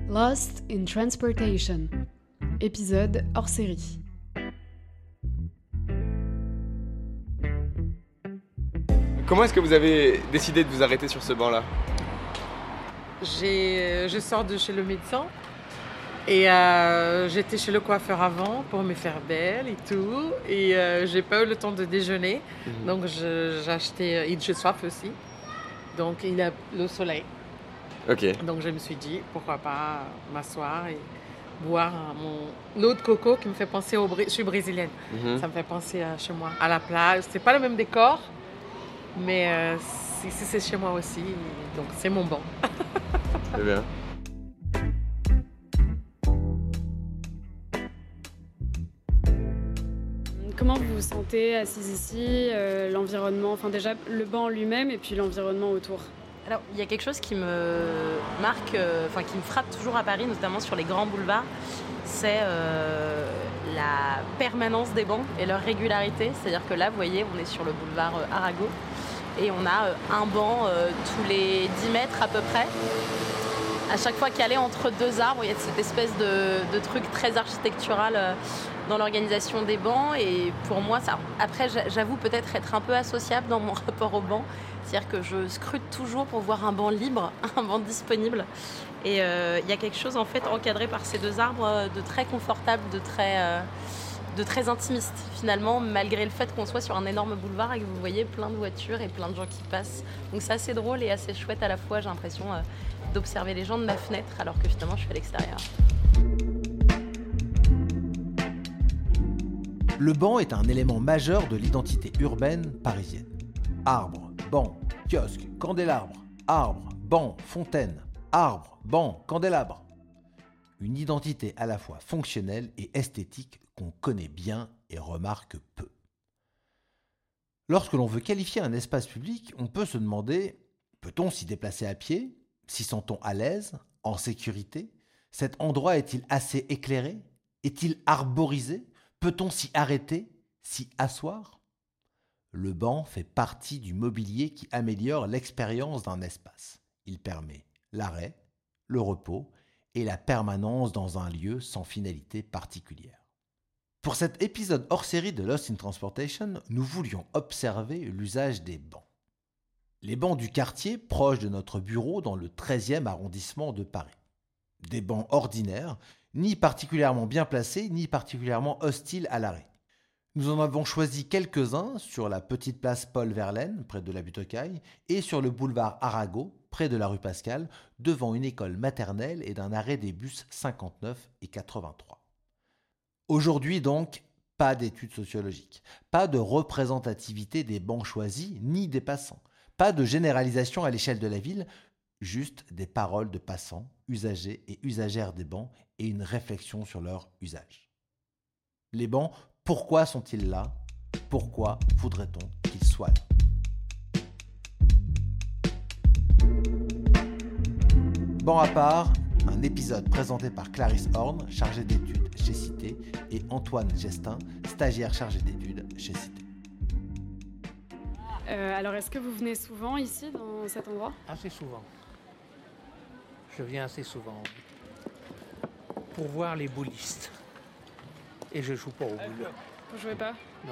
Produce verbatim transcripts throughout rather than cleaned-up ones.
Lost in Transportation, épisode hors série. Comment est-ce que vous avez décidé de vous arrêter sur ce banc-là ? J'ai, je sors de chez le médecin et euh, j'étais chez le coiffeur avant pour me faire belle et tout. Et euh, j'ai pas eu le temps de déjeuner, mmh. donc je, j'ai acheté, et j'ai soif aussi. Donc il a le soleil. Ok. Donc je me suis dit pourquoi pas m'asseoir et boire mon eau de coco qui me fait penser au. Je suis brésilienne, mmh. ça me fait penser à chez moi, à la plage. C'est pas le même décor, mais euh, si, si c'est chez moi aussi, donc c'est mon banc. Très bien. Comment vous vous sentez assise ici, euh, l'environnement, enfin déjà le banc lui-même et puis l'environnement autour ? Alors, il y a quelque chose qui me marque, euh, enfin qui me frappe toujours à Paris, notamment sur les grands boulevards, c'est euh, la permanence des bancs et leur régularité. C'est-à-dire que là, vous voyez, on est sur le boulevard euh, Arago et on a euh, un banc euh, tous les dix mètres à peu près. À chaque fois qu'elle est entre deux arbres, il y a cette espèce de, de truc très architectural euh, dans l'organisation des bancs. Et pour moi, ça, après, j'avoue peut-être être un peu associable dans mon rapport au banc. C'est-à-dire que je scrute toujours pour voir un banc libre, un banc disponible. Et il euh, y a quelque chose en fait encadré par ces deux arbres de très confortable, de très, euh, de très intimiste finalement, malgré le fait qu'on soit sur un énorme boulevard et que vous voyez plein de voitures et plein de gens qui passent. Donc c'est assez drôle et assez chouette à la fois, j'ai l'impression euh, d'observer les gens de ma fenêtre alors que finalement je suis à l'extérieur. Le banc est un élément majeur de l'identité urbaine parisienne. Arbres, bancs, kiosques, candélabres, arbres, bancs, fontaines, arbres, bancs, candélabres. Une identité à la fois fonctionnelle et esthétique qu'on connaît bien et remarque peu. Lorsque l'on veut qualifier un espace public, on peut se demander, peut-on s'y déplacer à pied ? S'y sent-on à l'aise, en sécurité ? Cet endroit est-il assez éclairé ? Est-il arborisé ? Peut-on s'y arrêter, s'y asseoir ? Le banc fait partie du mobilier qui améliore l'expérience d'un espace. Il permet l'arrêt, le repos et la permanence dans un lieu sans finalité particulière. Pour cet épisode hors série de Lost in Transportation, nous voulions observer l'usage des bancs. Les bancs du quartier proches de notre bureau dans le treizième arrondissement de Paris. Des bancs ordinaires, ni particulièrement bien placés, ni particulièrement hostiles à l'arrêt. Nous en avons choisi quelques-uns sur la petite place Paul Verlaine, près de la butte aux Cailles, et sur le boulevard Arago, près de la rue Pascal, devant une école maternelle et d'un arrêt des bus cinquante-neuf et quatre-vingt-trois. Aujourd'hui donc, pas d'études sociologiques, pas de représentativité des bancs choisis, ni des passants, pas de généralisation à l'échelle de la ville, juste des paroles de passants, usagers et usagères des bancs et une réflexion sur leur usage. Les bancs, pourquoi sont-ils là ? Pourquoi voudrait-on qu'ils soient là ? Banc à part, un épisode présenté par Clarisse Horn, chargée d'études chez Cité, et Antoine Gestin, stagiaire chargé d'études chez Cité. Euh, alors, est-ce que vous venez souvent ici, dans cet endroit ? Assez souvent. Je viens assez souvent pour voir les boulistes. Et je joue pas au boule. Vous jouez pas ? Non.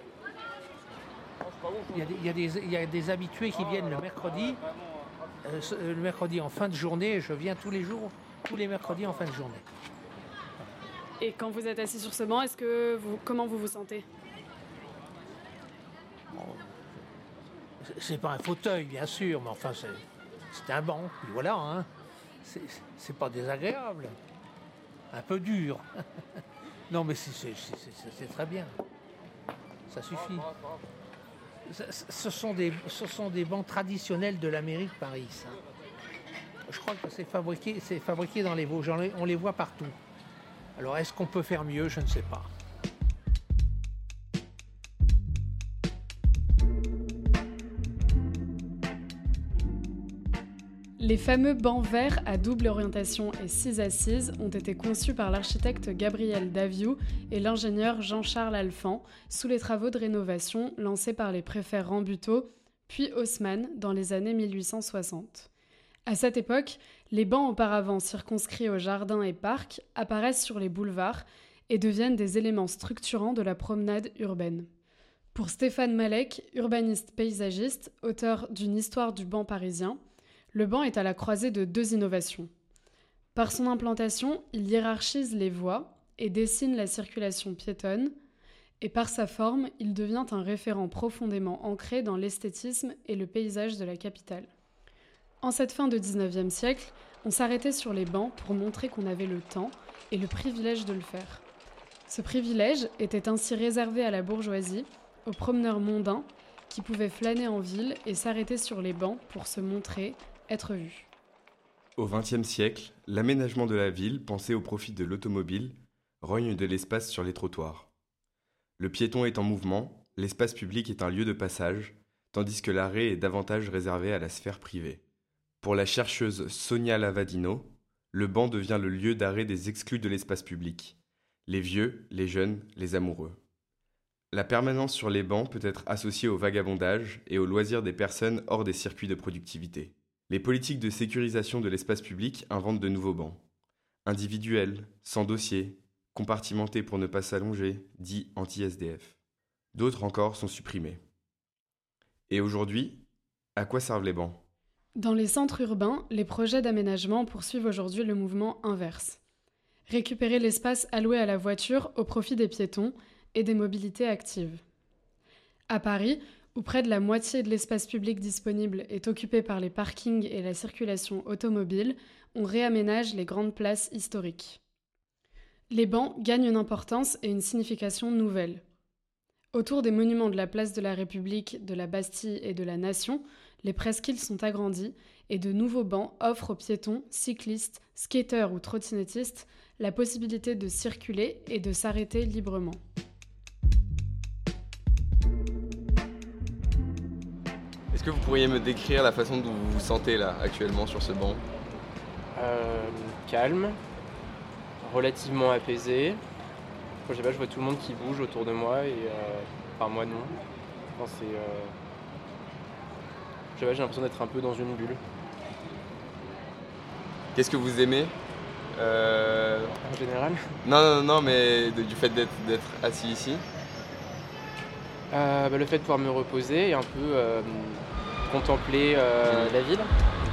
Il y a des, il y a des, il y a des habitués qui viennent le mercredi. Euh, le mercredi en fin de journée, je viens tous les jours, tous les mercredis en fin de journée. Et quand vous êtes assis sur ce banc, est-ce que vous, comment vous vous sentez ? Bon, c'est pas un fauteuil, bien sûr, mais enfin, c'est, c'est un banc. Puis voilà, hein. C'est, c'est pas désagréable. Un peu dur. Non, mais c'est, c'est, c'est, c'est, c'est très bien. Ça suffit. Ce sont des, ce sont des bancs traditionnels de la mairie de Paris, ça. Je crois que c'est fabriqué, c'est fabriqué dans les Vosges. On les voit partout. Alors, est-ce qu'on peut faire mieux ? Je ne sais pas. Les fameux bancs verts à double orientation et six assises ont été conçus par l'architecte Gabriel Daviou et l'ingénieur Jean-Charles Alphand sous les travaux de rénovation lancés par les préfets Rambuteau puis Haussmann dans les années mille huit cent soixante. À cette époque, les bancs auparavant circonscrits aux jardins et parcs apparaissent sur les boulevards et deviennent des éléments structurants de la promenade urbaine. Pour Stéphane Malek, urbaniste paysagiste, auteur d'une histoire du banc parisien, le banc est à la croisée de deux innovations. Par son implantation, il hiérarchise les voies et dessine la circulation piétonne, et par sa forme, il devient un référent profondément ancré dans l'esthétisme et le paysage de la capitale. En cette fin de dix-neuvième siècle, on s'arrêtait sur les bancs pour montrer qu'on avait le temps et le privilège de le faire. Ce privilège était ainsi réservé à la bourgeoisie, aux promeneurs mondains qui pouvaient flâner en ville et s'arrêter sur les bancs pour se montrer, être vus. Au vingtième siècle, l'aménagement de la ville, pensé au profit de l'automobile, rogne de l'espace sur les trottoirs. Le piéton est en mouvement, l'espace public est un lieu de passage, tandis que l'arrêt est davantage réservé à la sphère privée. Pour la chercheuse Sonia Lavadino, le banc devient le lieu d'arrêt des exclus de l'espace public, les vieux, les jeunes, les amoureux. La permanence sur les bancs peut être associée au vagabondage et au loisir des personnes hors des circuits de productivité. Les politiques de sécurisation de l'espace public inventent de nouveaux bancs. Individuels, sans dossier, compartimentés pour ne pas s'allonger, dits anti-S D F. D'autres encore sont supprimés. Et aujourd'hui, à quoi servent les bancs ? Dans les centres urbains, les projets d'aménagement poursuivent aujourd'hui le mouvement inverse. Récupérer l'espace alloué à la voiture au profit des piétons et des mobilités actives. À Paris, où près de la moitié de l'espace public disponible est occupé par les parkings et la circulation automobile, on réaménage les grandes places historiques. Les bancs gagnent une importance et une signification nouvelles. Autour des monuments de la place de la République, de la Bastille et de la Nation, les presqu'îles sont agrandies et de nouveaux bancs offrent aux piétons, cyclistes, skateurs ou trottinettistes la possibilité de circuler et de s'arrêter librement. Est-ce que vous pourriez me décrire la façon dont vous vous sentez là, actuellement, sur ce banc ? euh, Calme, relativement apaisé. Je sais pas, je vois tout le monde qui bouge autour de moi et euh, enfin moi non. Enfin, c'est, euh... je sais pas, j'ai l'impression d'être un peu dans une bulle. Qu'est-ce que vous aimez euh... En général Non, non, non, mais de, du fait d'être, d'être assis ici euh, bah, le fait de pouvoir me reposer et un peu euh, contempler euh, mmh. la ville.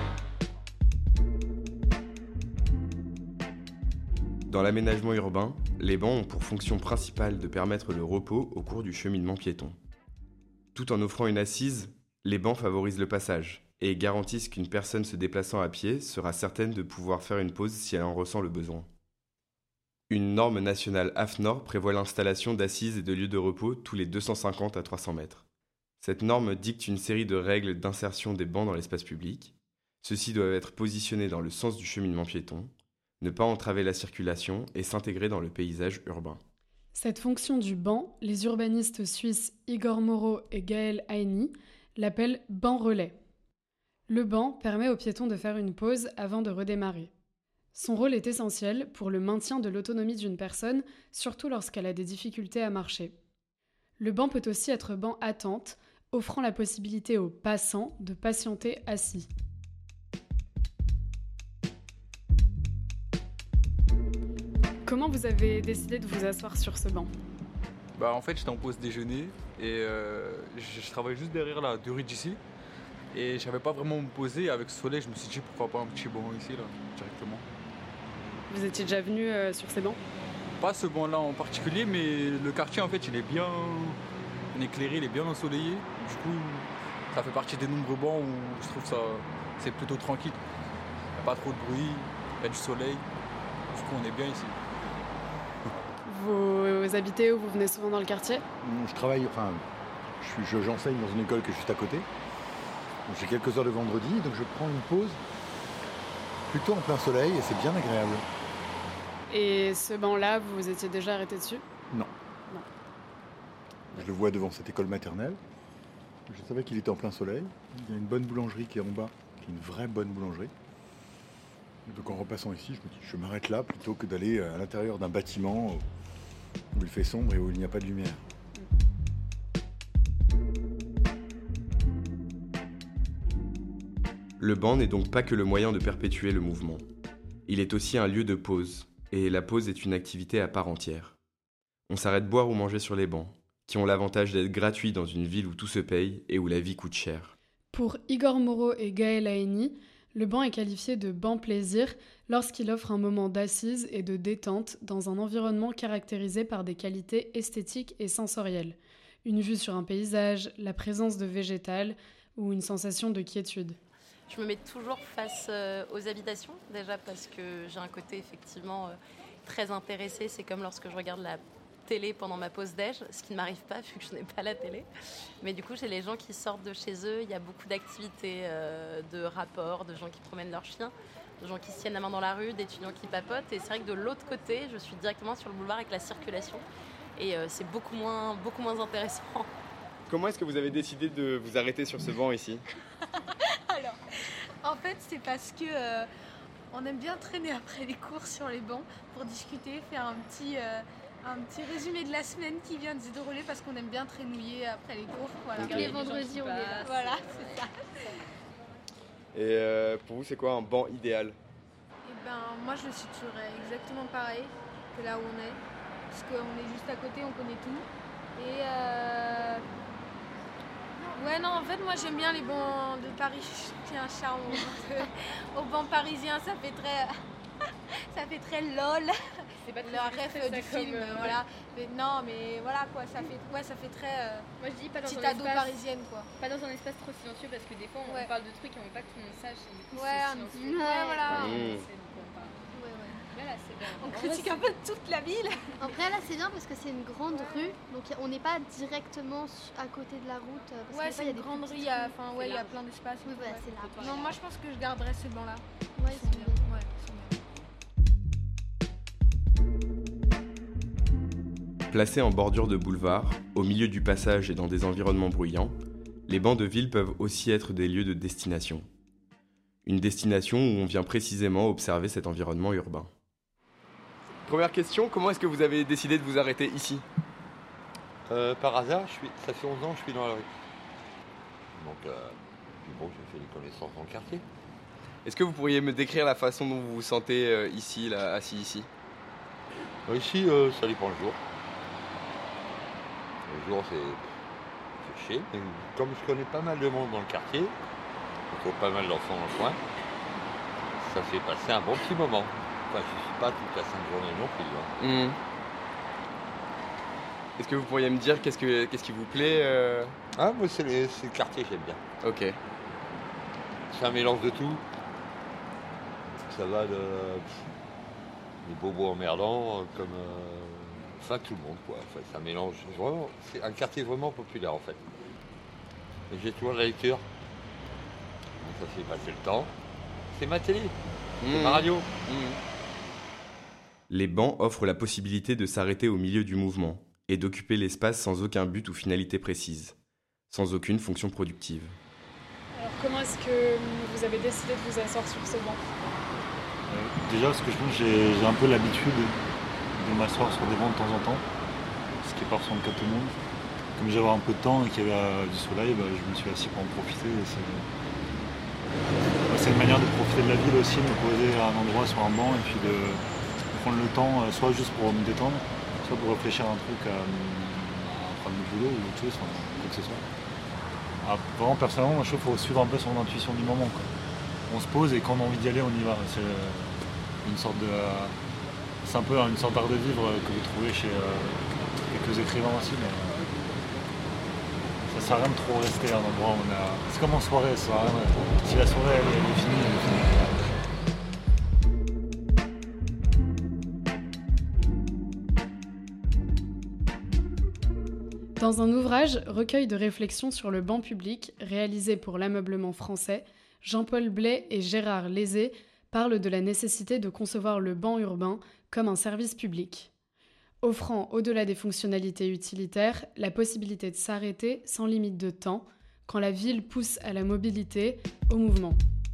Dans l'aménagement urbain, les bancs ont pour fonction principale de permettre le repos au cours du cheminement piéton. Tout en offrant une assise, les bancs favorisent le passage et garantissent qu'une personne se déplaçant à pied sera certaine de pouvoir faire une pause si elle en ressent le besoin. Une norme nationale AFNOR prévoit l'installation d'assises et de lieux de repos tous les deux cent cinquante à trois cents mètres. Cette norme dicte une série de règles d'insertion des bancs dans l'espace public. Ceux-ci doivent être positionnés dans le sens du cheminement piéton, ne pas entraver la circulation et s'intégrer dans le paysage urbain. Cette fonction du banc, les urbanistes suisses Igor Moreau et Gaël Haini l'appellent banc relais. Le banc permet aux piétons de faire une pause avant de redémarrer. Son rôle est essentiel pour le maintien de l'autonomie d'une personne, surtout lorsqu'elle a des difficultés à marcher. Le banc peut aussi être banc attente, offrant la possibilité aux passants de patienter assis. Comment vous avez décidé de vous asseoir sur ce banc ? Bah en fait j'étais en pause déjeuner et euh, je, je travaillais juste derrière la de rue d'ici et je savais pas vraiment où me poser. Avec ce soleil je me suis dit pourquoi pas un petit banc ici là directement. Vous étiez déjà venu euh, sur ces bancs ? Pas ce banc là en particulier, mais le quartier en fait il est bien éclairé, il est bien ensoleillé. Du coup ça fait partie des nombreux bancs où je trouve ça c'est plutôt tranquille. Il n'y a pas trop de bruit, il y a du soleil. Du coup on est bien ici. Vous habitez ou vous venez souvent dans le quartier ? Je travaille, enfin, je suis, je, j'enseigne dans une école qui est juste à côté. Donc j'ai quelques heures de vendredi, donc je prends une pause plutôt en plein soleil et c'est bien agréable. Et ce banc-là, vous vous étiez déjà arrêté dessus ? Non. Non. Je le vois devant cette école maternelle. Je savais qu'il était en plein soleil. Il y a une bonne boulangerie qui est en bas, qui est une vraie bonne boulangerie. Donc en repassant ici, je me dis, je m'arrête là plutôt que d'aller à l'intérieur d'un bâtiment où il fait sombre et où il n'y a pas de lumière. Le banc n'est donc pas que le moyen de perpétuer le mouvement. Il est aussi un lieu de pause, et la pause est une activité à part entière. On s'arrête boire ou manger sur les bancs, qui ont l'avantage d'être gratuits dans une ville où tout se paye et où la vie coûte cher. Pour Igor Moreau et Gaël Haeni, le banc est qualifié de banc plaisir lorsqu'il offre un moment d'assise et de détente dans un environnement caractérisé par des qualités esthétiques et sensorielles. Une vue sur un paysage, la présence de végétal ou une sensation de quiétude. Je me mets toujours face euh, aux habitations, déjà parce que j'ai un côté effectivement euh, très intéressé. C'est comme lorsque je regarde la télé pendant ma pause déj, ce qui ne m'arrive pas vu que je n'ai pas la télé. Mais du coup, j'ai les gens qui sortent de chez eux. Il y a beaucoup d'activités, euh, de rapports, de gens qui promènent leurs chiens, de gens qui se tiennent la main dans la rue, d'étudiants qui papotent. Et c'est vrai que de l'autre côté, je suis directement sur le boulevard avec la circulation. Et euh, c'est beaucoup moins, beaucoup moins intéressant. Comment est-ce que vous avez décidé de vous arrêter sur ce banc ici ? Alors, en fait, c'est parce que euh, on aime bien traîner après les cours sur les bancs pour discuter, faire un petit, euh, un petit résumé de la semaine qui vient de se dérouler parce qu'on aime bien traînouiller après les cours. Voilà. Okay. Les vendredis, on est là. Voilà, c'est ça. Et euh, pour vous, c'est quoi un banc idéal ? Et ben, moi, je le situerais exactement pareil que là où on est. Parce qu'on est juste à côté, on connaît tout. Et euh... ouais, non, en fait, moi j'aime bien les bancs de Paris. J'ai un charme au banc parisien, ça fait très. Ça fait très lol. C'est pas le rêve du film, euh, voilà. Mais non, mais voilà quoi, ça fait, ouais, ça fait très. Euh, moi je dis pas dans petite un ado espace, parisienne quoi. Pas dans un espace trop silencieux parce que des fois on ouais. parle de trucs et on veut pas que tout le monde sache. Et du coup, ouais, c'est silencieux. ouais, voilà. Mmh. Là, on critique un peu toute la ville. Après là c'est bien parce que c'est une grande rue, donc on n'est pas directement à côté de la route. Parce ouais, c'est une grande rue, il y a, enfin, ouais, il y a plein d'espace. Oui, ouais, c'est large. Non, moi je pense que je garderais ce banc là. Ouais, ils sont bien. Ouais, ils sont bien. Placés en bordure de boulevard, au milieu du passage et dans des environnements bruyants, les bancs de ville peuvent aussi être des lieux de destination. Une destination où on vient précisément observer cet environnement urbain. Première question, comment est-ce que vous avez décidé de vous arrêter ici ? euh, Par hasard, je suis, ça fait onze ans que je suis dans la rue. Donc, euh, puis bon, j'ai fait des connaissances dans le quartier. Est-ce que vous pourriez me décrire la façon dont vous vous sentez euh, ici, là, assis ici ? Ici, euh, ça dépend le jour. Le jour, c'est, c'est chier. Mais comme je connais pas mal de monde dans le quartier, je trouve pas mal d'enfants dans le coin, ça fait passer un bon petit moment. Enfin, je ne suis pas toute la sainte journée non plus. Hein. Mmh. Est-ce que vous pourriez me dire qu'est-ce, que, qu'est-ce qui vous plaît euh... Ah, moi, c'est, les, c'est le quartier que j'aime bien. Ok. C'est un mélange de tout. Ça va de des bobos emmerdants comme euh, enfin tout le monde quoi. Enfin, c'est un mélange. Vraiment, c'est un quartier vraiment populaire en fait. Et j'ai toujours de la lecture. Donc ça fait passer le temps. C'est ma télé. Mmh. C'est ma radio. Mmh. Les bancs offrent la possibilité de s'arrêter au milieu du mouvement et d'occuper l'espace sans aucun but ou finalité précise, sans aucune fonction productive. Alors comment est-ce que vous avez décidé de vous asseoir sur ce banc ? euh, Déjà parce que je pense que j'ai, j'ai un peu l'habitude de m'asseoir sur des bancs de temps en temps, ce qui n'est pas forcément le cas de tout le monde. Comme j'avais un peu de temps et qu'il y avait euh, du soleil, bah, je me suis assis pour en profiter. Et c'est... c'est une manière de profiter de la ville aussi, de me poser à un endroit sur un banc et puis de prendre le temps, soit juste pour me détendre, soit pour réfléchir à un truc, à, à prendre le boulot ou autre chose, enfin, quoi que ce soit. Ah, vraiment, personnellement, moi, je trouve qu'il faut suivre un peu son intuition du moment, quoi. On se pose et quand on a envie d'y aller, on y va. C'est une sorte de, c'est un peu une sorte d'art de vivre que vous trouvez chez euh, quelques écrivains aussi. Mais ça sert à rien de trop rester à un endroit où on a. C'est comme en soirée, ça sert à rien. Si la soirée elle, elle est finie, elle est finie. Dans un ouvrage, recueil de réflexions sur le banc public, réalisé pour l'Ameublement Français, Jean-Paul Blais et Gérard Lézé parlent de la nécessité de concevoir le banc urbain comme un service public, offrant, au-delà des fonctionnalités utilitaires, la possibilité de s'arrêter sans limite de temps, quand la ville pousse à la mobilité, au mouvement.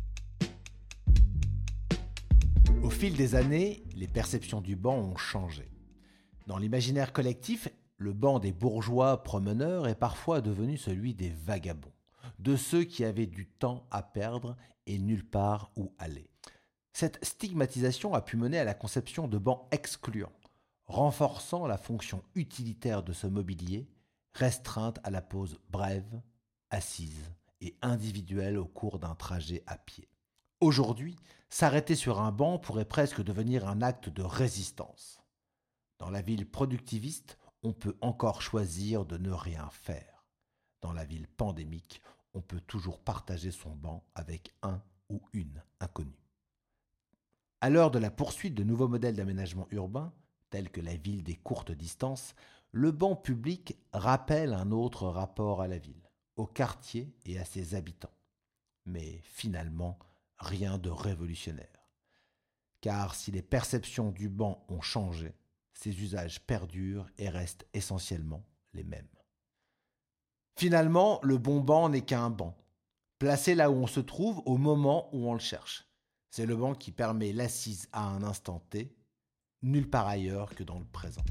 Au fil des années, les perceptions du banc ont changé. Dans l'imaginaire collectif, le banc des bourgeois promeneurs est parfois devenu celui des vagabonds, de ceux qui avaient du temps à perdre et nulle part où aller. Cette stigmatisation a pu mener à la conception de bancs excluants, renforçant la fonction utilitaire de ce mobilier, restreinte à la pose brève, assise et individuelle au cours d'un trajet à pied. Aujourd'hui, s'arrêter sur un banc pourrait presque devenir un acte de résistance. Dans la ville productiviste, on peut encore choisir de ne rien faire. Dans la ville pandémique, on peut toujours partager son banc avec un ou une inconnue. À l'heure de la poursuite de nouveaux modèles d'aménagement urbain, tels que la ville des courtes distances, le banc public rappelle un autre rapport à la ville, au quartier et à ses habitants. Mais finalement, rien de révolutionnaire. Car si les perceptions du banc ont changé, ses usages perdurent et restent essentiellement les mêmes. Finalement, le bon banc n'est qu'un banc, placé là où on se trouve au moment où on le cherche. C'est le banc qui permet l'assise à un instant T, nulle part ailleurs que dans le présent.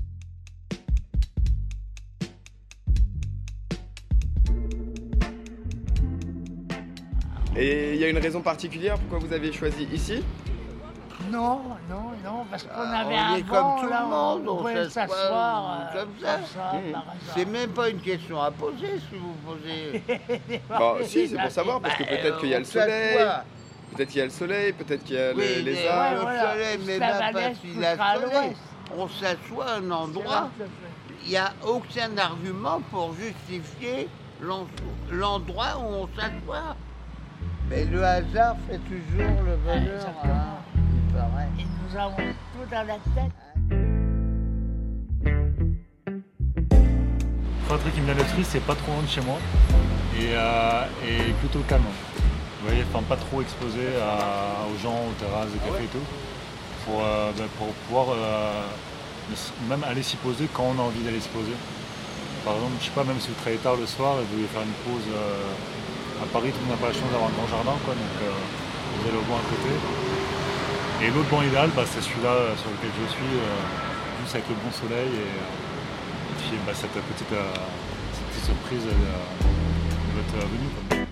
Et il y a une raison particulière pourquoi vous avez choisi ici ? Non, non, non, parce qu'on Ah, avait on un est banc, comme tout là, le monde, on on pouvait s'assoit s'asseoir euh, comme ça. comme ça, Mmh. par hasard. C'est même pas une question à poser si vous posez. Bah si, c'est pour savoir, parce que Bah, peut-être qu'il y a le on s'assoit. soleil, peut-être qu'il y a le soleil, peut-être qu'il y a Oui, les, les mais arbres. le voilà. soleil, mais La même pas Valais s'il poussera à a soleil. l'ouest. On s'assoit à un C'est endroit. vrai, tout à fait. Il n'y a aucun argument pour justifier l'en- l'endroit où on s'assoit. Mais le hasard fait toujours le bonheur. Exactement. Hein, il paraît. Et nous avons tout dans la tête. Un truc qui me donne le triste, c'est pas trop loin de chez moi et, euh, et plutôt calme. Vous voyez, enfin, pas trop exposé à- aux gens, aux terrasses, aux cafés et tout, pour, euh, bah, pour pouvoir euh, même aller s'y poser quand on a envie d'aller s'y poser. Par exemple, je sais pas, même si vous travaillez tard le soir et vous voulez faire une pause euh, à Paris, tout le monde n'a pas la chance d'avoir un grand jardin, quoi, donc euh, vous allez au banc à côté. Et l'autre banc idéal, bah, c'est celui-là euh, sur lequel je suis, euh, juste avec le bon soleil et, et puis bah, cette, petite, euh, cette petite surprise euh, de votre venue.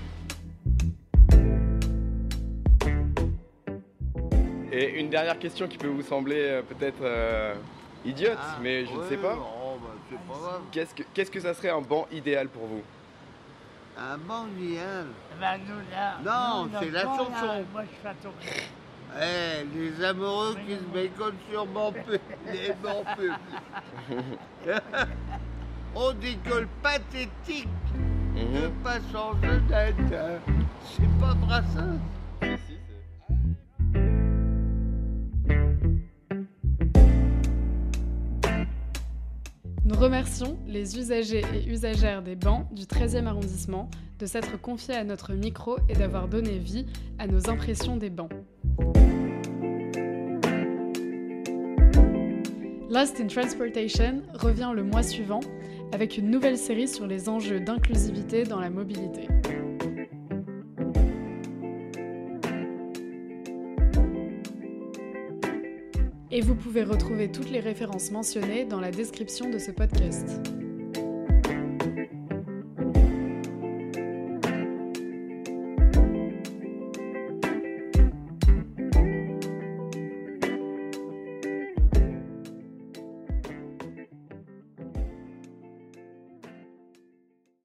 Quoi. Et une dernière question qui peut vous sembler euh, peut-être euh, idiote, Ah, mais je ne ouais, sais pas. oh, bah, c'est pas grave. Qu'est-ce que, qu'est-ce que ça serait un banc idéal pour vous ? Un banc idéal. Ben, nous, là, Non, nous, c'est notre la banc, chanson. là, moi, je fais attention. Eh, les amoureux qui se béconnent sur banc public, les bancs publics. On décolle pathétique de passant Genette. C'est pas Brassens. Nous remercions les usagers et usagères des bancs du treizième arrondissement de s'être confiés à notre micro et d'avoir donné vie à nos impressions des bancs. Lost in Transportation revient le mois suivant avec une nouvelle série sur les enjeux d'inclusivité dans la mobilité. Et vous pouvez retrouver toutes les références mentionnées dans la description de ce podcast.